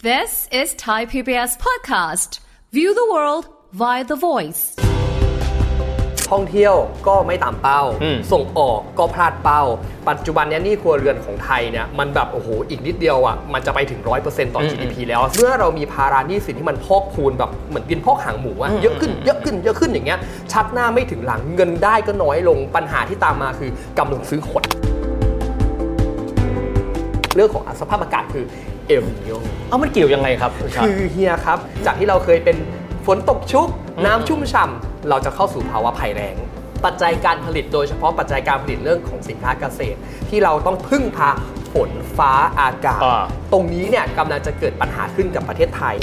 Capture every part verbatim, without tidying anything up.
This is Thai พี บี เอส podcast. View the world via the voice. ท่องเที่ยวก็ไม่ตามเป้าส่งออกก็พลาดเป้าปัจจุบันนี้หนี้ครัวเรือนของไทยเนี่ยมันแบบโอ้โหอีกนิดเดียวอ่ะมันจะไปถึง หนึ่งร้อยเปอร์เซ็นต์ ต่อ จี ดี พี แล้วเมื่อเรามีภาระหนี้สินที่มันพอกพูนแบบเหมือนดินพอกหางหมูอ่ะเยอะขึ้นเยอะขึ้นเยอะขึ้นอย่างเงี้ยชักหน้าไม่ถึงหลังเงินได้ก็น้อยลงปัญหาที่ตามมาคือกำลังซื้อหดเรื่องของสภาพอากาศคือเอลนิโญเอามันเกี่ยวยังไงครับคือเฮียครับจากที่เราเคยเป็นฝนตกชุกน้ำชุ่มฉ่ำเราจะเข้าสู่ภาวะภัยแล้งปัจจัยการผลิตโดยเฉพาะปัจจัยการผลิตเรื่องของสินค้าเกษตรที่เราต้องพึ่งพาฝนฟ้าอากาศตรงนี้เนี่ยกำลังจะเกิดปัญหาขึ้นกับประเทศไทย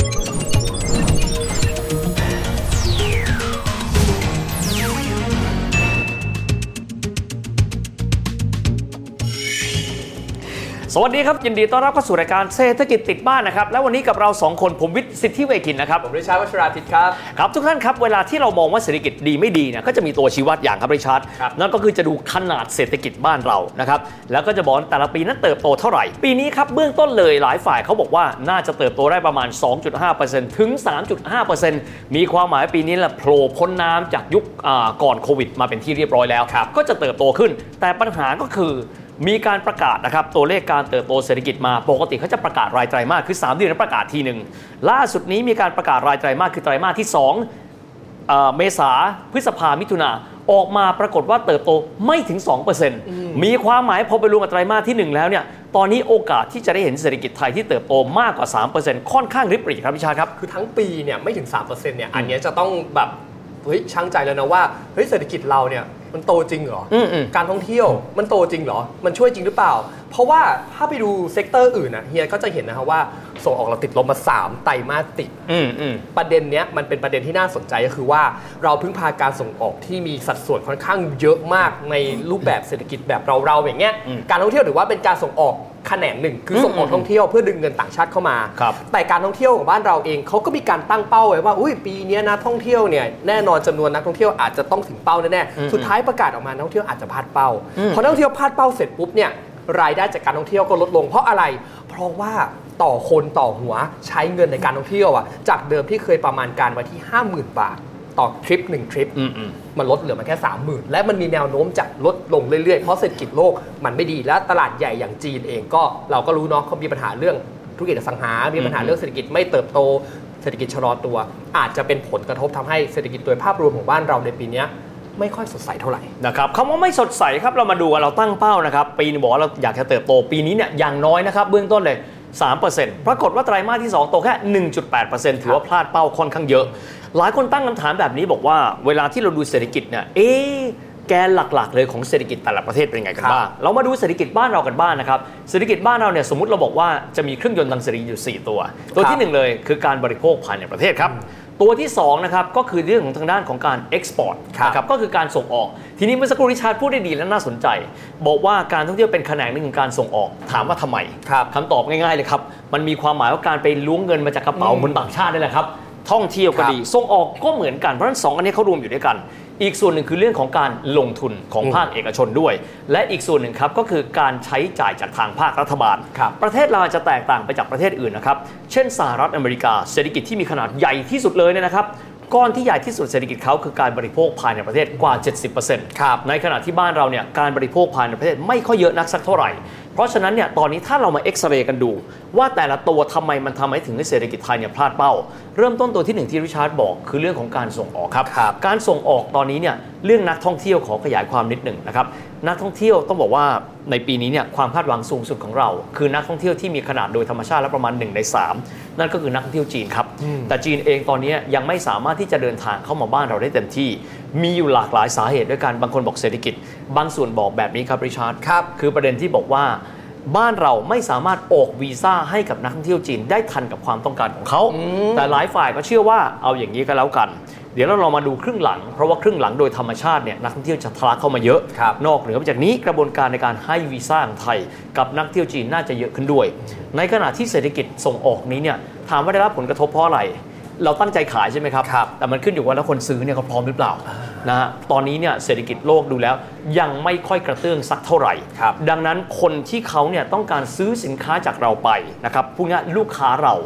สวัสดีครับยินดีต้อนรับเข้าสู่รายการเศรษฐกิจติดบ้านนะครับและวันนี้กับเราสองคนผมวิทย์สิทธิเวคินนะครับผมริชาร์ด วัชราทิตย์ครับครับทุกท่านครับเวลาที่เรามองว่าเศรษฐกิจดีไม่ดีเนี่ยก็จะมีตัวชี้วัดอย่างครับริชาร์ดนั่นก็คือจะดูขนาดเศรษฐกิจบ้านเรานะครับแล้วก็จะบอกแต่ละปีนั้นเติบโตเท่าไหร่ปีนี้ครับเบื้องต้นเลยหลายฝ่ายเขาบอกว่าน่าจะเติบโตได้ประมาณ สองจุดห้าเปอร์เซ็นต์ ถึง สามจุดห้าเปอร์เซ็นต์ มีความหมายปีนี้แหละโผล่พ้นน้ำจากยุคก่อนโควิดมาเป็นที่เรียบร้อยแล้วก็จะเติบโตขึ้นแต่ปัญหาก็คือมีการประกาศนะครับตัวเลขการเติบโตเศรษฐกิจมาปกติเขาจะประกาศรายไตรมาสคือสามเดือนประกาศทีนึงล่าสุดนี้มีการประกาศรายไตรมาสคือไตรมาสที่สองเอ่อเมษาพฤษภามิถุนาออกมาปรากฏว่าเติบโตไม่ถึง สองเปอร์เซ็นต์ มีความหมายพอไปรวมกับไตรมาสที่หนึ่งแล้วเนี่ยตอนนี้โอกาสที่จะได้เห็นเศรษฐกิจไทยที่เติบโตมากกว่า สามเปอร์เซ็นต์ ค่อนข้างริบหรี่ครับพี่ชาครับคือทั้งปีเนี่ยไม่ถึง สามเปอร์เซ็นต์ เนี่ยอันนี้จะต้องแบบเฮ้ยช่างใจแล้วนะว่าเฮ้ยเศรษฐกิจเราเนี่ยมันโตจริงเหรอการท่องเที่ยวมันโตจริงเหรอมันช่วยจริงหรือเปล่าเพราะว่าถ้าไปดูเซกเตอร์อื่นนะเฮียก็จะเห็นนะครับว่าส่งออกเราติดลบมาสามไตรมาสติดประเด็นเนี้ยมันเป็นประเด็นที่น่าสนใจก็คือว่าเราพึ่งพาการส่งออกที่มีสัดส่วนค่อนข้างเยอะมากในรูปแบบเศรษฐกิจแบบเราๆอย่างเงี้ยการท่องเที่ยวถือว่าเป็นการส่งออกแขนงหนึ่งคือส่งออกท่องเที่ยวเพื่อดึงเงินต่างชาติเข้ามาแต่การท่องเที่ยวของบ้านเราเองเขาก็มีการตั้งเป้าไว้ว่าอุ้ยปีนี้นะท่องเที่ยวเนี่ยแน่นอนจำนวนนักท่องเที่ยวอาจจะต้องถึงเป้าแน่ๆสุดท้ายประกาศออกมานักท่องเที่ยวอาจจะพลาดเป้าพอนักท่องเที่ยวพลาดเป้าเสร็จปุ๊บเนี่ยรายได้จากการท่องเที่ยวก็ลดลงเพราะอะไรเพราะว่าต่อคนต่อหัวใช้เงินในการท่องเที่ยวอ่ะจากเดิมที่เคยประมาณการไว้ที่ ห้าหมื่น บาทต่อทริปหนึ่งทริปมันลดเหลือมาแค่ สามหมื่น และมันมีแนวโน้มจะลดลงเรื่อยๆเพราะเศรษฐกิจโลกมันไม่ดีและตลาดใหญ่อย่างจีนเองก็เราก็รู้เนาะเขามีปัญหาเรื่องธุรกิจอสังหามีปัญหาเรื่องเศรษฐกิจไม่เติบโตเศรษฐกิจชะลอตัวอาจจะเป็นผลกระทบทำให้เศรษฐกิจโดยภาพรวมของบ้านเราในปีนี้ไม่ค่อยสดใสเท่าไหร่นะครับคำว่าไม่สดใสครับเรามาดูกันเราตั้งเป้านะครับปีนี้บอกว่าเราอยากจะเติบโตปีนี้เนี่ยอย่างน้อยนะครับเบื้องต้นเลย สามเปอร์เซ็นต์ ปรากฏว่าไตรมาสที่สองโตแค่ หนึ่งจุดแปดเปอร์เซ็นต์ ถือว่าพลาดเป้าค่อนข้างเยอะหลายคนตั้งคำถามแบบนี้บอกว่าเวลาที่เราดูเศรษฐกิจเนี่ยเอ๊ะแกนหลักๆเลยของเศรษฐกิจแต่ละประเทศเป็นยังไงกันบ้างเรามาดูเศรษฐกิจบ้านเรากันบ้างนะครับเศรษฐกิจบ้านเราเนี่ยสมมุติเราบอกว่าจะมีเครื่องยนต์ทางเศรษฐกิจอยู่สี่ตัวตัวที่หนึ่งเลยคือการบริโภคภายในประเทศครับตัวที่สองนะครับก็คือเรื่องของทางด้านของการเอ็กซ์พอร์ตนะครับก็คือการส่งออกทีนี้เมื่อสักครู่ริชาร์ดพูดได้ดีและน่าสนใจบอกว่าการท่องเที่ยวเป็นแขนงหนึ่งของการส่งออกถามว่าทำไมคำตอบง่ายๆเลยครับมันมีความหมายว่าการไปล้วงเงินมาจากกระเป๋าคนต่างชาตินี่แหละครับท่องเที่ยวก็ดีส่งออกก็เหมือนกันเพราะฉะนั้นสองอันนี้เขารวมอยู่ด้วยกันอีกส่วนหนึ่งคือเรื่องของการลงทุนของภาคเอกชนด้วยและอีกส่วนหนึ่งครับก็คือการใช้จ่ายจากทางภาครัฐบาลประเทศเราจะแตกต่างไปจากประเทศอื่นนะครับเช่นสหรัฐอเมริกาเศรษฐกิจที่มีขนาดใหญ่ที่สุดเลยเนี่ยนะครับก้อนที่ใหญ่ที่สุดเศรษฐกิจเขาคือการบริโภคภายในประเทศกว่า เจ็ดสิบเปอร์เซ็นต์ ครับในขณะที่บ้านเราเนี่ยการบริโภคภายในประเทศไม่ค่อยเยอะนักสักเท่าไหร่เพราะฉะนั้นเนี่ยตอนนี้ถ้าเรามาเอ็กซเรย์กันดูว่าแต่ละตัวทำไมมันทำให้ถึงให้เศรษฐกิจไทยเนี่ยพลาดเป้าเริ่มต้นตัวที่หนึ่งที่ริชาร์ดบอกคือเรื่องของการส่งออกครับการส่งออกตอนนี้เนี่ยเรื่องนักท่องเที่ยวขอขยายความนิดหนึ่งนะครับนักท่องเที่ยวต้องบอกว่าในปีนี้เนี่ยความคาดหวังสูงสุดของเราคือนักท่องเที่ยวที่มีขนาดโดยธรรมชาติและประมาณหนึ่งในสามนั่นก็คือนักท่องเที่ยวจีนครับแต่จีนเองตอนนี้ยังไม่สามารถที่จะเดินทางเข้ามาบ้านเราได้เต็มที่มีอยู่หลากหลายสาเหตุด้วยกันบางคนบอกเศรษฐกิจบางส่วนบอกแบบนี้ครับริชาร์ดครับคือประเด็นที่บอกว่าบ้านเราไม่สามารถออกวีซ่าให้กับนักท่องเที่ยวจีนได้ทันกับความต้องการของเขาแต่หลายฝ่ายก็เชื่อว่าเอาอย่างนี้ก็แล้วกันเดี๋ยวเราลองมาดูครึ่งหลังเพราะว่าครึ่งหลังโดยธรรมชาติเนี่ยนักท่องเที่ยวจะทะลักเข้ามาเยอะนอกเหนือจากนี้กระบวนการในการให้วีซ่าของไทยกับนักท่องเที่ยวจีนน่าจะเยอะขึ้นด้วยในขณะที่เศรษฐกิจส่งออกนี้เนี่ยถามว่าได้รับผลกระทบเพราะอะไรเราตั้งใจขายใช่ไหมครับแต่มันขึ้นอยู่ว่าแล้วคนซื้อเนี่ยเขาพร้อมหรือเปล่านะฮะตอนนี้เนี่ยเศรษฐกิจโลกดูแล้วยังไม่ค่อยกระเตื้องสักเท่าไหร่ดังนั้นคนที่เขาเนี่ยต้องการซื้อสินค้าจากเราไปนะครับพวกนี้ลูกค้าเรา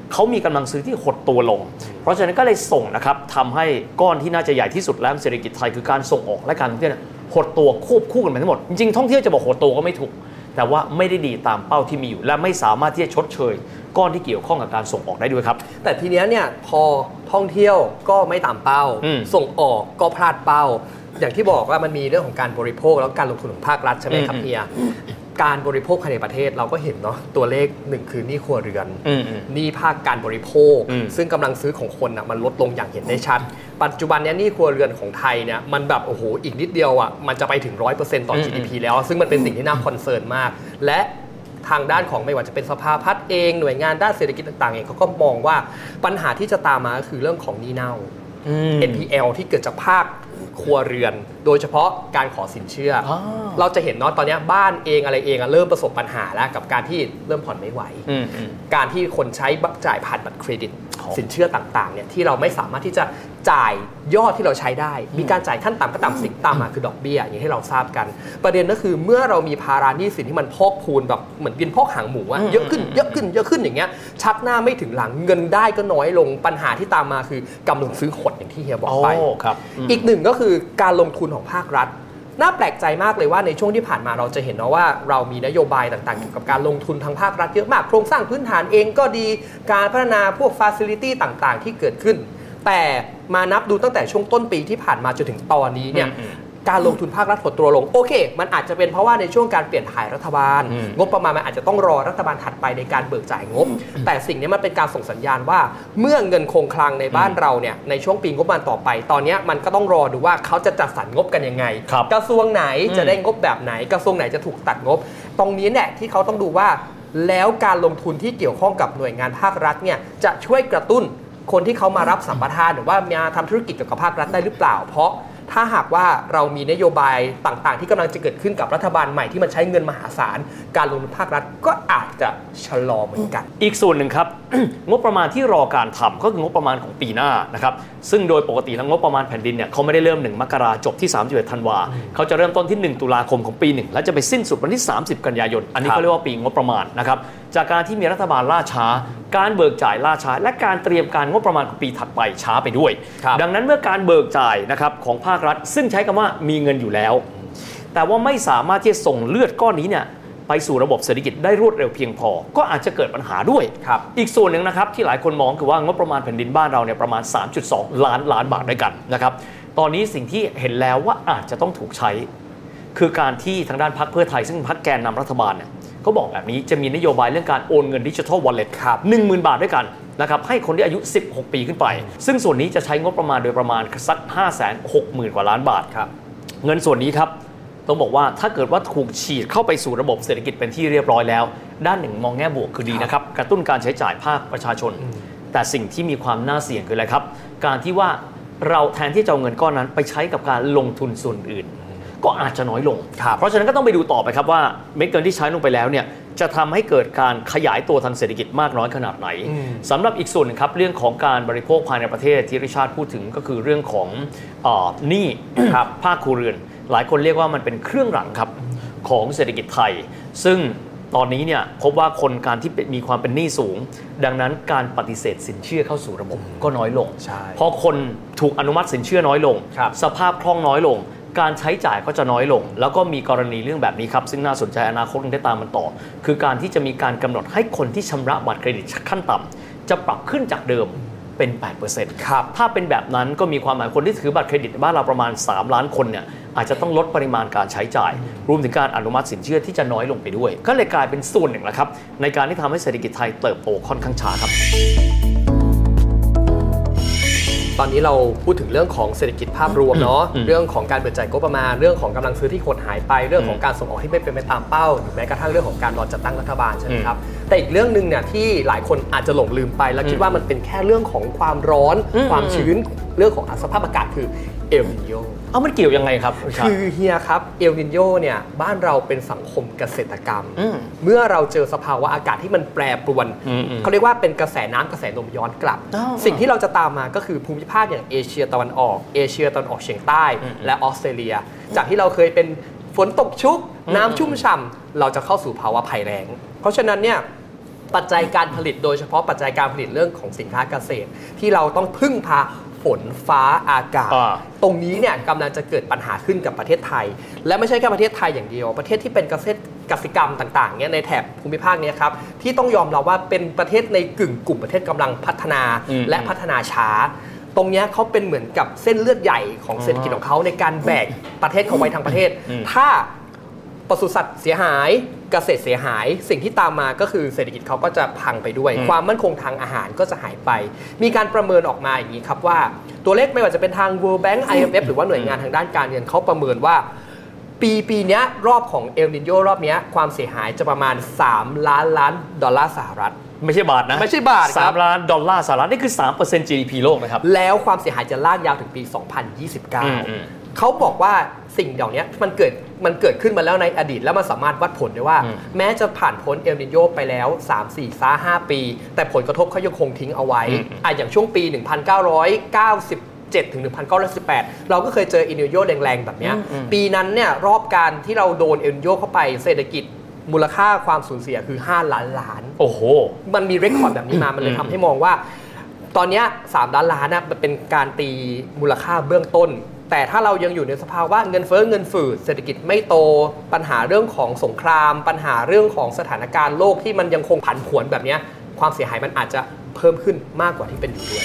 เขามีกำลังซื้อที่หดตัวลงเพราะฉะนั้นก็เลยส่งนะครับทำให้ก้อนที่น่าจะใหญ่ที่สุดแล้วเศรษฐกิจไทยคือการส่งออกและการท่องเที่ยวหดตัวควบคู่กันไปทั้งหมดจริงๆท่องเที่ยวจะบอกหดตัวก็ไม่ถูกแต่ว่าไม่ได้ดีตามเป้าที่มีอยู่และไม่สามารถที่จะชดเชยก้อนที่เกี่ยวข้องกับการส่งออกได้ด้วยครับแต่ทีนี้เนี่ยพอท่องเที่ยวก็ไม่ตามเป้าส่งออกก็พลาดเป้าอย่างที่บอกว่ามันมีเรื่องของการบริโภคแล้วการลงทุนของภาครัฐใช่ไหมครับเฮียการบริโภคภายในประเทศเราก็เห็นเนาะตัวเลขหนึ่งคือหนี้ครัวเรือนหนี้ภาคการบริโภคซึ่งกำลังซื้อของคนอ่ะมันลดลงอย่างเห็นได้ชัดปัจจุบันนี้หนี้ครัวเรือนของไทยเนี่ยมันแบบโอ้โหอีกนิดเดียวอ่ะมันจะไปถึง ร้อยเปอร์เซ็นต์ ต่อ จี ดี พี แล้วซึ่งมันเป็นสิ่งที่น่าคอนเซิร์นมากและทางด้านของไม่ว่าจะเป็นสภาพัฒน์เองหน่วยงานด้านเศรษฐกิจต่างๆเองเขาก็มองว่าปัญหาที่จะตามมาก็คือเรื่องของหนี้เน่า เอ็น พี แอล ที่เกิดจากภาคครัวเรือนโดยเฉพาะการขอสินเชื่ออเราจะเห็นเนาะตอนนี้บ้านเองอะไรเองเริ่มประสบปัญหาแล้วกับการที่เริ่มผ่อนไม่ไหวการที่คนใช้จ่ายผ่านบัตรเครดิตสินเชื่อต่างๆเนี่ยที่เราไม่สามารถที่จะจ่ายยอดที่เราใช้ได้มีการจ่ายขั้นต่ำก็ต่ำสิ่งตามมาคือดอกเบี้ยอย่างที่เราทราบกันประเด็นก็คือเมื่อเรามีภาระหนี้สินที่มันพอกพูนแบบเหมือนกินพอกหางหมูอะเยอะขึ้นเยอะขึ้นเยอะขึ้นอย่างเงี้ยชักหน้าไม่ถึงหลังเงินได้ก็น้อยลงปัญหาที่ตามมาคือกำลังซื้อหดอย่างที่เฮียบอกไปอีกหนึ่งก็คือการลงทุนของภาครัฐน่าแปลกใจมากเลยว่าในช่วงที่ผ่านมาเราจะเห็นนะว่าเรามีนโยบายต่างๆเกี่ยวกับการลงทุนทางภาครัฐเยอะมากโครงสร้างพื้นฐานเองก็ดีการพัฒนาพวกฟาซิลิตี้ต่างๆที่เกิดขึ้นแต่มานับดูตั้งแต่ช่วงต้นปีที่ผ่านมาจนถึงตอนนี้เนี่ยการลงทุนภาครัฐหดตัวลงโอเคมันอาจจะเป็นเพราะว่าในช่วงการเปลี่ยนถ่ายรัฐบาลงบประมาณมันอาจจะต้องรอรัฐบาลถัดไปในการเบิกจ่ายงบแต่สิ่งนี้มันเป็นการส่งสัญญาณว่าเมื่อเงินคงคลังในบ้านเราเนี่ยในช่วงปีงบประมาณต่อไปตอนนี้มันก็ต้องรอดูว่าเขาจะจัดสรรงบกันยังไงกระทรวงไหนจะได้งบแบบไหนกระทรวงไหนจะถูกตัดงบตรงนี้เนี่ยที่เขาต้องดูว่าแล้วการลงทุนที่เกี่ยวข้องกับหน่วยงานภาครัฐเนี่ยจะช่วยกระตุ้นคนที่เขามารับสัมปทานหรือว่ามาทำธุรกิจเกี่ยวกับภาครัฐได้หรือเปล่าเพราะถ้าหากว่าเรามีนโยบายต่างๆที่กำลังจะเกิดขึ้นกับรัฐบาลใหม่ที่มันใช้เงินมหาศาลการลงทุนภาครัฐก็อาจจะชะลอเหมือนกันอีกส่วนหนึ่งครับ งบประมาณที่รอการทำก็คืองบประมาณของปีหน้านะครับซึ่งโดยปกติแล้วงบประมาณแผ่นดินเนี่ยเขาไม่ได้เริ่มหนึ่งมกราจบที่สามสิบเอ็ดธันวาเขาจะเริ่มต้นที่หนึ่งตุลาคมของปีหนึ่งและจะไปสิ้นสุดวันที่สามสิบกันยายนอันนี้เขาเรียกว่าปีงบประมาณนะครับจากการที่มีรัฐบาลล่าช้าการเบิกจ่ายล่าช้าและการเตรียมการงบประมาณของปีถัดไปช้าไปด้วยดังนั้นเมื่อการเบิกจ่ายนะครับของภาครัฐซึ่งใช้คำว่ามีเงินอยู่แล้วแต่ว่าไม่สามารถที่จะส่งเลือดก้อนนี้เนี่ยไปสู่ระบบเศรษฐกิจได้รวดเร็วเพียงพอก็อาจจะเกิดปัญหาด้วยอีกส่วนหนึ่งนะครับที่หลายคนมองคือว่างบประมาณแผ่นดินบ้านเราเนี่ยประมาณ สามจุดสอง ล้านล้านบาทด้วยกันนะครับตอนนี้สิ่งที่เห็นแล้วว่าอาจจะต้องถูกใช้คือการที่ทางด้านพรรคเพื่อไทยซึ่งพรรคแกนนำรัฐบาลเนี่ยเขาบอกแบบนี้จะมีนโยบายเรื่องการโอนเงินดิจิทัลวอลเล็ต หนึ่งหมื่น บาทด้วยกันนะครับให้คนที่อายุสิบหกปีขึ้นไปซึ่งส่วนนี้จะใช้งบประมาณโดยประมาณสัก ห้าแสนหกหมื่น กว่าล้านบาทเงินส่วนนี้ครับต้องบอกว่าถ้าเกิดว่าถูกฉีดเข้าไปสู่ระบบเศรษฐกิจเป็นที่เรียบร้อยแล้วด้านหนึ่งมองแง่บวกคือดีนะครับกระตุ้นการใช้จ่ายภาคประชาชนแต่สิ่งที่มีความน่าเสี่ยงคืออะไรครับการที่ว่าเราแทนที่จะเอาเงินก้อนนั้นไปใช้กับการลงทุนส่วนอื่นก็อาจจะน้อยลงเพราะฉะนั้นก็ต้องไปดูต่อไปครับว่าเม็ดเงินที่ใช้ลงไปแล้วเนี่ยจะทำให้เกิดการขยายตัวทางเศรษฐกิจมากน้อยขนาดไหนสำหรับอีกส่วนนึงครับเรื่องของการบริโภคภายในประเทศที่ริชาร์ดพูดถึงก็คือเรื่องของหนี้ภาคครัวเรือนหลายคนเรียกว่ามันเป็นเครื่องหลังครับของเศรษฐกิจไทยซึ่งตอนนี้เนี่ยพบว่าคนการที่มีความเป็นหนี้สูงดังนั้นการปฏิเสธสินเชื่อเข้าสู่ระบบก็น้อยลงพอคนถูกอนุมัติสินเชื่อน้อยลงสภาพคล่องน้อยลงการใช้จ่ายก็จะน้อยลงแล้วก็มีกรณีเรื่องแบบนี้ครับซึ่งน่าสนใจอนาคตได้ตามมันต่อคือการที่จะมีการกำหนดให้คนที่ชำระบัตรเครดิตขั้นต่ำจะปรับขึ้นจากเดิมเป็น แปดเปอร์เซ็นต์ ครับถ้าเป็นแบบนั้นก็มีความหมายคนที่ถือบัตรเครดิตบ้านเราประมาณสามล้านคนเนี่ยอาจจะต้องลดปริมาณการใช้จ่ายรวมถึงการอนุมัติสินเชื่อที่จะน้อยลงไปด้วยก็เลยกลายเป็นส่วนหนึ่งแหละครับในการที่ทำให้เศรษฐกิจไทยเติบโตค่อนข้างช้าครับตอนนี้เราพูดถึงเรื่องของเศรษฐกิจภาพรวมเนาะเรื่องของการเบิกจ่ายงบประมาณเรื่องของกำลังซื้อที่หดหายไปเรื่องของการส่งออกที่ไม่เป็นไปตามเป้าหรือแม้กระทั่งเรื่องของการรอจัดตั้งรัฐบาลใช่ไหมครับแต่อีกเรื่องนึงเนี่ยที่หลายคนอาจจะหลงลืมไปแล้วคิดว่ามันเป็นแค่เรื่องของความร้อนความชื้นเรื่องของสภาพอากาศคือเอลนิโญเอามันเกี่ยวยังไงครับคือเฮียครับเอลนิโญเนี่ยบ้านเราเป็นสังคมเกษตรกรรมเมื่อเราเจอสภาวะอากาศที่มันแปรปรวนเขาเรียกว่าเป็นกระแสน้ำกระแสลมย้อนกลับสิ่งที่เราจะตามมาก็คือภูมิภาคอย่างเอเชียตะวันออกเอเชียตะวันออกเฉียงใต้และออสเตรเลียจากที่เราเคยเป็นฝนตกชุกน้ำชุ่มฉ่ำเราจะเข้าสู่ภาวะภัยแล้งเพราะฉะนั้นเนี่ยปัจจัยการผลิตโดยเฉพาะปัจจัยการผลิตเรื่องของสินค้าเกษตรที่เราต้องพึ่งพาฝนฟ้าอากาศตรงนี้เนี่ยกำลังจะเกิดปัญหาขึ้นกับประเทศไทยและไม่ใช่แค่ประเทศไทยอย่างเดียวประเทศที่เป็นเกษตรกสิกรรมต่างๆเนี่ยในแถบภูมิภาคนี้ครับที่ต้องยอมรับว่าเป็นประเทศในกึ่งกลุ่มประเทศกำลังพัฒนาและพัฒนาช้าตรงนี้เขาเป็นเหมือนกับเส้นเลือดใหญ่ของเศรษฐกิจของเขาในการแบกประเทศเขาไว้ทั้งประเทศถ้าปศุสัตว์เสียหายเกษตรเสียหายสิ่งที่ตามมาก็คือเศรษฐกิจเขาก็จะพังไปด้วยความมั่นคงทางอาหารก็จะหายไปมีการประเมินออกมาอย่างนี้ครับว่าตัวเลขไม่ว่าจะเป็นทาง World Bank ไอ เอ็ม เอฟ หรือว่าหน่วยงานทางด้านการเงินเขาประเมินว่าปีปีนี้รอบของเอลนิโญรอบนี้ความเสียหายจะประมาณสามล้านล้านดอลลาร์สหรัฐไม่ใช่บาทนะไม่ใช่บาทครับสามล้านดอลลาร์สหรัฐนี่คือ สามเปอร์เซ็นต์ จี ดี พี โลกนะครับแล้วความเสียหายจะลากยาวถึงปีสองพันยี่สิบเก้าเขาบอกว่าสิ่งเหล่านี้มันเกิดมันเกิดขึ้นมาแล้วในอดีตแล้วมันสามารถวัดผลได้ว่าแม้จะผ่านพ้นเอลนิโญไปแล้ว สาม สี่ ห้า ปีแต่ผลกระทบเขายังคงทิ้งเอาไว้อ่ะอย่างช่วงปีหนึ่งพันเก้าร้อยเก้าสิบเจ็ดถึงหนึ่งพันเก้าร้อยสิบแปดเราก็เคยเจอเอลนิโญแรงๆแบบนี้ปีนั้นเนี่ยรอบการที่เราโดนเอลนิโญเข้าไปเศรษฐกิจมูลค่าความสูญเสียคือห้าล้านล้านโอ้โหมันมีเรคคอร์ดแบบนี้มามันเลยทำให้มองว่าตอนนี้สามล้านล้านนะเป็นการตีมูลค่าเบื้องต้นแต่ถ้าเรายังอยู่ในสภาวะเงินเฟ้อเงินฝืดเศรษฐกิจไม่โตปัญหาเรื่องของสงครามปัญหาเรื่องของสถานการณ์โลกที่มันยังคงผันผวนแบบนี้ความเสียหายมันอาจจะเพิ่มขึ้นมากกว่าที่เป็นอยู่ด้วย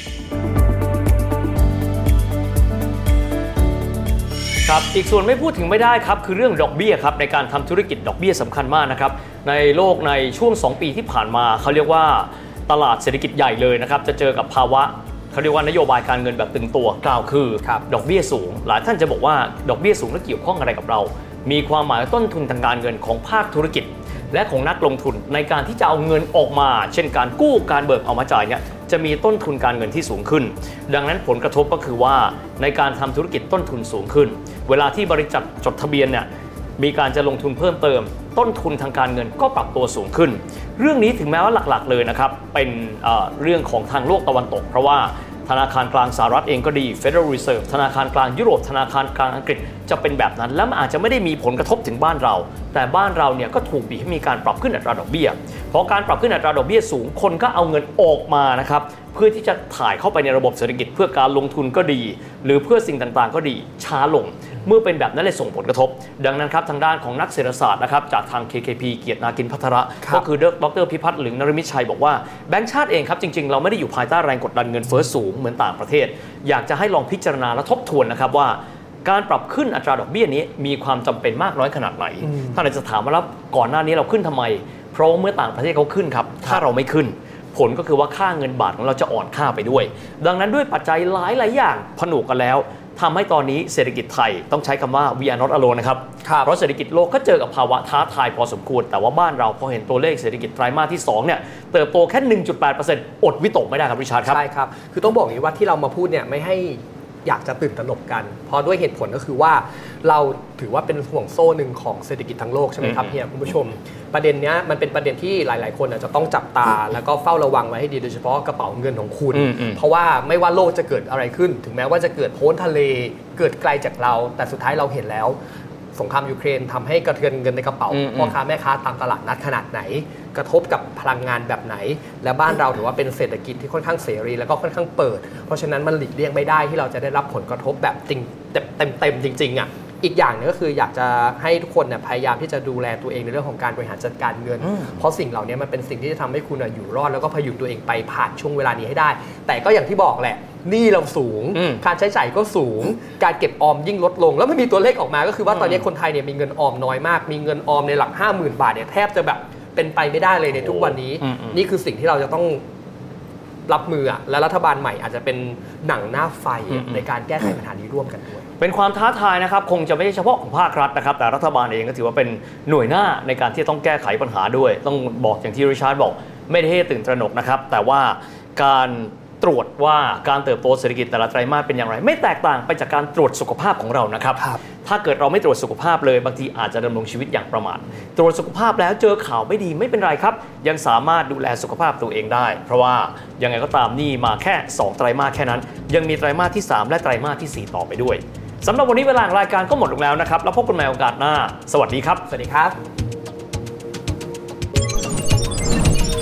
ครับอีกส่วนไม่พูดถึงไม่ได้ครับคือเรื่องดอกเบี้ยครับในการทำธุรกิจดอกเบี้ยสำคัญมากนะครับในโลกในช่วงสองปีที่ผ่านมาเขาเรียกว่าตลาดเศรษฐกิจใหญ่เลยนะครับจะเจอกับภาวะเขาเรียกว่านโยบายการเงินแบบตึงตัวกล่าวคือดอกเบี้ยสูงหลายท่านจะบอกว่าดอกเบี้ยสูงแล้วเกี่ยวข้องอะไรกับเรามีความหมายต้นทุนทางการเงินของภาคธุรกิจและของนักลงทุนในการที่จะเอาเงินออกมาเช่นการกู้การเบิกเอามาจ่ายเนี่ยจะมีต้นทุนการเงินที่สูงขึ้นดังนั้นผลกระทบก็คือว่าในการทำธุรกิจต้นทุนสูงขึ้นเวลาที่บริษัทจดทะเบียนเนี่ยมีการจะลงทุนเพิ่มเติมต้นทุนทางการเงินก็ปรับตัวสูงขึ้นเรื่องนี้ถึงแม้ว่าหลักๆเลยนะครับเป็นเอ่อเรื่องของทางโลกตะวันตกเพราะว่าธนาคารกลางสหรัฐเองก็ดี Federal Reserve ธนาคารกลางยุโรปธนาคารกลางอังกฤษจะเป็นแบบนั้นแล้วมันอาจจะไม่ได้มีผลกระทบถึงบ้านเราแต่บ้านเราเนี่ยก็ถูกบีบให้มีการปรับขึ้นอัตราดอกเบี้ยเพราะการปรับขึ้นอัตราดอกเบี้ยสูงคนก็เอาเงินออกมานะครับเพื่อที่จะถ่ายเข้าไปในระบบเศรษฐกิจเพื่อการลงทุนก็ดีหรือเพื่อสิ่งต่างๆก็ดีช้าลงเมื่อเป็นแบบนั้นเลยส่งผลกระทบดังนั้นครับทางด้านของนักเศรษฐศาสตร์นะครับจากทาง เค เค พี เกียรตินากินภัทระก็คือดร.พิพัฒน์หลึงนฤมิตชัยบอกว่าแบงก์ชาติเองครับจริงๆเราไม่ได้อยู่ภายใต้แรงกดดันเงินเฟ้อสูงเหมือนต่างประเทศอยากจะให้ลองพิจารณาและทบทวนนะครับว่าการปรับขึ้นอัตราดอกเบี้ยนี้มีความจำเป็นมากน้อยขนาดไหนท่านอาจจะถามว่าแล้วก่อนหน้านี้เราขึ้นทำไมเพราะเมื่อต่างประเทศเขาขึ้นครับถ้าเราไม่ขึ้นผลก็คือว่าค่าเงินบาทของเราจะอ่อนค่าไปด้วยดังนั้นด้วยปัจจัยหลายหลายอย่างผนวกกันแล้วทำให้ตอนนี้เศรษฐกิจไทยต้องใช้คำว่า we are not alone นะครับเพราะเศรษฐกิจโลกก็เจอกับภาวะท้าทายพอสมควรแต่ว่าบ้านเราพอเห็นตัวเลขเศรษฐกิจไตรมาสที่สองเนี่ยเติบโตแค่ หนึ่งจุดแปดเปอร์เซ็นต์ อดวิตกไม่ได้ครับริชาร์ดครับใช่ครับคือต้องบอกอย่างนี้ว่าที่เรามาพูดเนี่ยไม่ให้อยากจะตื่นตระหนกกันเพราะด้วยเหตุผลก็คือว่าเราถือว่าเป็นห่วงโซ่หนึ่งของเศรษฐกิจทั้งโลกใช่ไหมครับเฮียคุณผู้ชมประเด็นนี้มันเป็นประเด็นที่หลายๆคนอาจจะต้องจับตาแล้วก็เฝ้าระวังไว้ให้ดีโดยเฉพาะกระเป๋าเงินของคุณเพราะว่าไม่ว่าโลกจะเกิดอะไรขึ้นถึงแม้ว่าจะเกิดพ้นทะเลเกิดไกลจากเราแต่สุดท้ายเราเห็นแล้วสงครามยูเครนทำให้กระเทือนเงินในกระเป๋าพ่อค้าแม่ค้าตามตลาดนัดขนาดไหนกระทบกับพลังงานแบบไหนและบ้านเราถือว่าเป็นเศรษฐกิจที่ค่อนข้างเสรีแล้วก็ค่อนข้างเปิดเพราะฉะนั้นมันหลีกเลี่ยงไม่ได้ที่เราจะได้รับผลกระทบแบบจริงเต็มๆจริงๆอ่ะอีกอย่างนึงก็คืออยากจะให้ทุกคนเนี่ยพยายามที่จะดูแลตัวเองในเรื่องของการบริหารจัดการเงินเพราะสิ่งเหล่านี้มันเป็นสิ่งที่จะทำให้คุณอยู่รอดแล้วก็พยุงตัวเองไปผ่านช่วงเวลานี้ให้ได้แต่ก็อย่างที่บอกแหละหนี้เราสูงการใช้จ่ายก็สูงการเก็บออมยิ่งลดลงแล้วมันมีตัวเลขออกมาก็คือว่าตอนนี้คนไทยเนี่ยมีเงินออมน้อยมากมีเงินออมในหลัก ห้าหมื่น บาทเนี่ยแทบจะแบบเป็นไปไม่ได้เลยในทุกวันนี้นี่คือสิ่งที่เราจะต้องรับมือและรัฐบาลใหม่อาจจะเป็นหนังหน้าไฟในการแก้ไขปัญหานี้ร่วมกันด้วยเป็นความท้าทายนะครับคงจะไม่ใช่เฉพาะของภาครัฐนะครับแต่รัฐบาลเองก็ถือว่าเป็นหน่วยหน้าในการที่ต้องแก้ไขปัญหาด้วยต้องบอกอย่างที่ริชาร์ดบอกไม่ได้ให้ตื่นตระหนกนะครับแต่ว่าการตรวจว่าการเติบโตเศรษฐกิจแต่ละไตรมาสเป็นอย่างไรไม่แตกต่างไปจากการตรวจสุขภาพของเรานะครับถ้าเกิดเราไม่ตรวจสุขภาพเลยบางทีอาจจะดำรงชีวิตอย่างประมาทตรวจสุขภาพแล้วเจอข่าวไม่ดีไม่เป็นไรครับยังสามารถดูแลสุขภาพตัวเองได้เพราะว่ายังไงก็ตามนี่มาแค่สองไตรมาสแค่นั้นยังมีไตรมาสที่สามและไตรมาสที่สี่ต่อไปด้วยสำหรับวันนี้เวลาของรายการก็หมดลงแล้วนะครับแล้วพบกันใหม่โอกาสหน้าสวัสดีครับสวัสดีครับ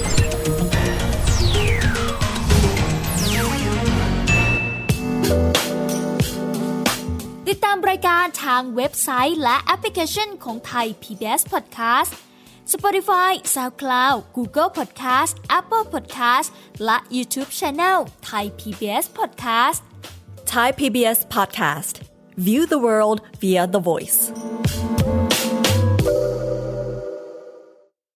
ตามรายการทางเว็บไซต์และแอปพลิเคชันของไทย พี บี เอส Podcast Spotify, SoundCloud, Google Podcast, Apple Podcast และ YouTube Channel Thai พี บี เอส Podcast Thai พี บี เอส Podcast View the world via the voice